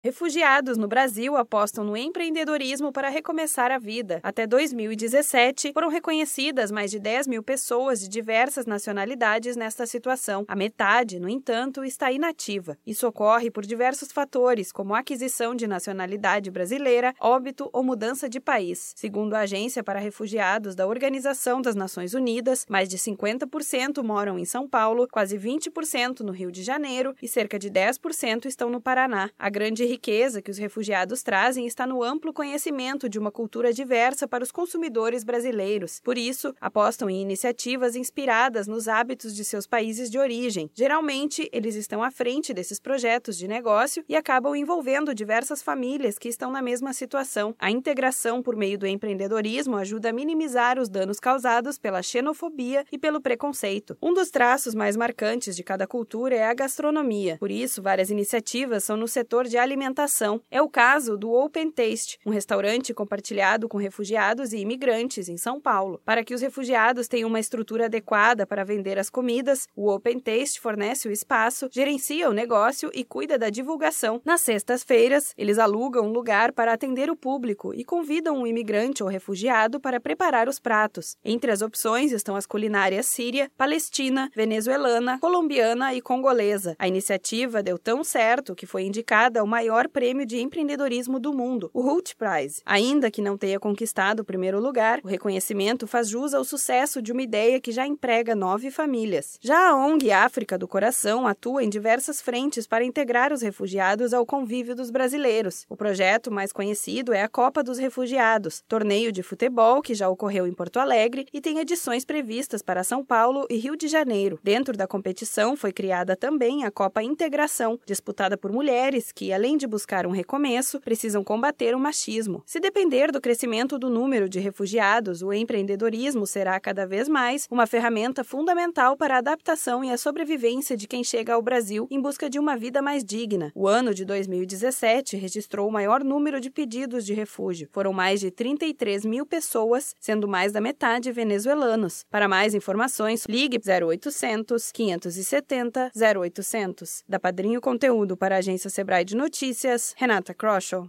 Refugiados no Brasil apostam no empreendedorismo para recomeçar a vida. Até 2017, foram reconhecidas mais de 10 mil pessoas de diversas nacionalidades nesta situação. A metade, no entanto, está inativa. Isso ocorre por diversos fatores, como aquisição de nacionalidade brasileira, óbito ou mudança de país. Segundo a Agência para Refugiados da Organização das Nações Unidas, mais de 50% moram em São Paulo, quase 20% no Rio de Janeiro e cerca de 10% estão no Paraná. A grande riqueza que os refugiados trazem está no amplo conhecimento de uma cultura diversa para os consumidores brasileiros. Por isso, apostam em iniciativas inspiradas nos hábitos de seus países de origem. Geralmente, eles estão à frente desses projetos de negócio e acabam envolvendo diversas famílias que estão na mesma situação. A integração por meio do empreendedorismo ajuda a minimizar os danos causados pela xenofobia e pelo preconceito. Um dos traços mais marcantes de cada cultura é a gastronomia. Por isso, várias iniciativas são no setor de alimentação. É o caso do Open Taste, um restaurante compartilhado com refugiados e imigrantes em São Paulo. Para que os refugiados tenham uma estrutura adequada para vender as comidas, o Open Taste fornece o espaço, gerencia o negócio e cuida da divulgação. Nas sextas-feiras, eles alugam um lugar para atender o público e convidam um imigrante ou refugiado para preparar os pratos. Entre as opções estão as culinárias síria, palestina, venezuelana, colombiana e congolesa. A iniciativa deu tão certo que foi indicada ao maior prêmio de empreendedorismo do mundo, o Hult Prize. Ainda que não tenha conquistado o primeiro lugar, o reconhecimento faz jus ao sucesso de uma ideia que já emprega 9 famílias. Já a ONG África do Coração atua em diversas frentes para integrar os refugiados ao convívio dos brasileiros. O projeto mais conhecido é a Copa dos Refugiados, torneio de futebol que já ocorreu em Porto Alegre e tem edições previstas para São Paulo e Rio de Janeiro. Dentro da competição foi criada também a Copa Integração, disputada por mulheres que, além de buscar um recomeço, precisam combater o machismo. Se depender do crescimento do número de refugiados, o empreendedorismo será cada vez mais uma ferramenta fundamental para a adaptação e a sobrevivência de quem chega ao Brasil em busca de uma vida mais digna. O ano de 2017 registrou o maior número de pedidos de refúgio. Foram mais de 33 mil pessoas, sendo mais da metade venezuelanos. Para mais informações, ligue 0800 570 0800. Da Padrinho Conteúdo para a Agência Sebrae de Notícias, Renata Kroschel.